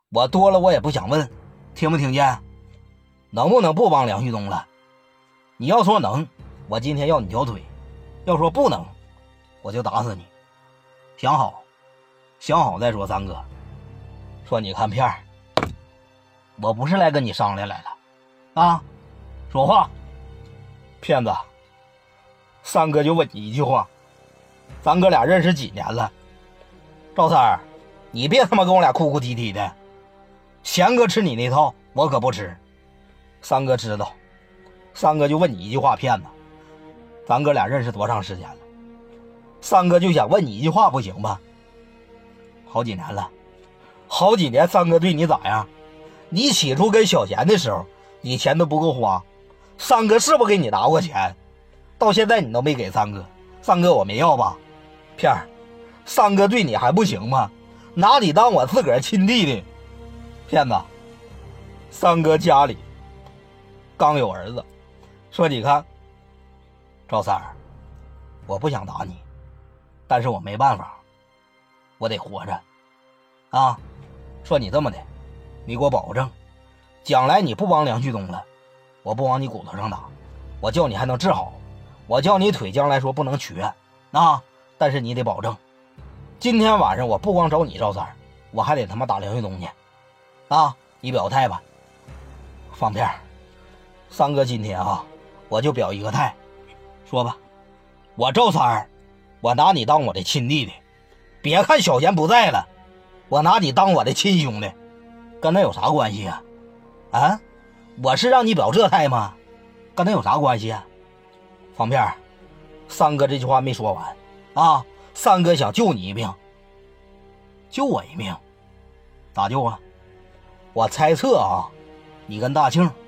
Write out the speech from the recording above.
我多了我也不想问，听没听见？能不能不帮梁旭东了？你要说能，我今天要你条腿；要说不能，我就打死你。想好，想好再说。三哥说：“你看片儿，我不是来跟你商量来了，啊，说话。”骗子，三哥就问你一句话，咱哥俩认识几年了？赵三儿，你别他妈跟我俩哭哭啼啼的。贤哥吃你那套，我可不吃。三哥知道，三哥就问你一句话，骗子，咱哥俩认识多长时间了？三哥就想问你一句话，不行吗？好几年了，好几年，三哥对你咋样？你起初跟小贤的时候，你钱都不够花，三哥是不给你拿过钱？到现在你都没给三哥，三哥我没要吧？片儿，三哥对你还不行吗？拿你当我自个儿亲弟弟。骗子，三哥家里刚有儿子，说你看，赵三儿，我不想打你，但是我没办法，我得活着啊。说你这么的，你给我保证，将来你不帮梁旭东了，我不往你骨头上打，我叫你还能治好，我叫你腿将来说不能瘸啊，但是你得保证，今天晚上我不光找你赵三儿，我还得他妈打梁旭东去啊，你表态吧。放片，三哥今天啊，我就表一个态，说吧，我赵三儿，我拿你当我的亲弟弟，别看小贤不在了，我拿你当我的亲兄弟，跟那有啥关系啊？啊，我是让你表这态吗？跟那有啥关系啊？方片，三哥这句话没说完啊，三哥想救你一命，救我一命，咋救啊？我猜测啊，你跟大庆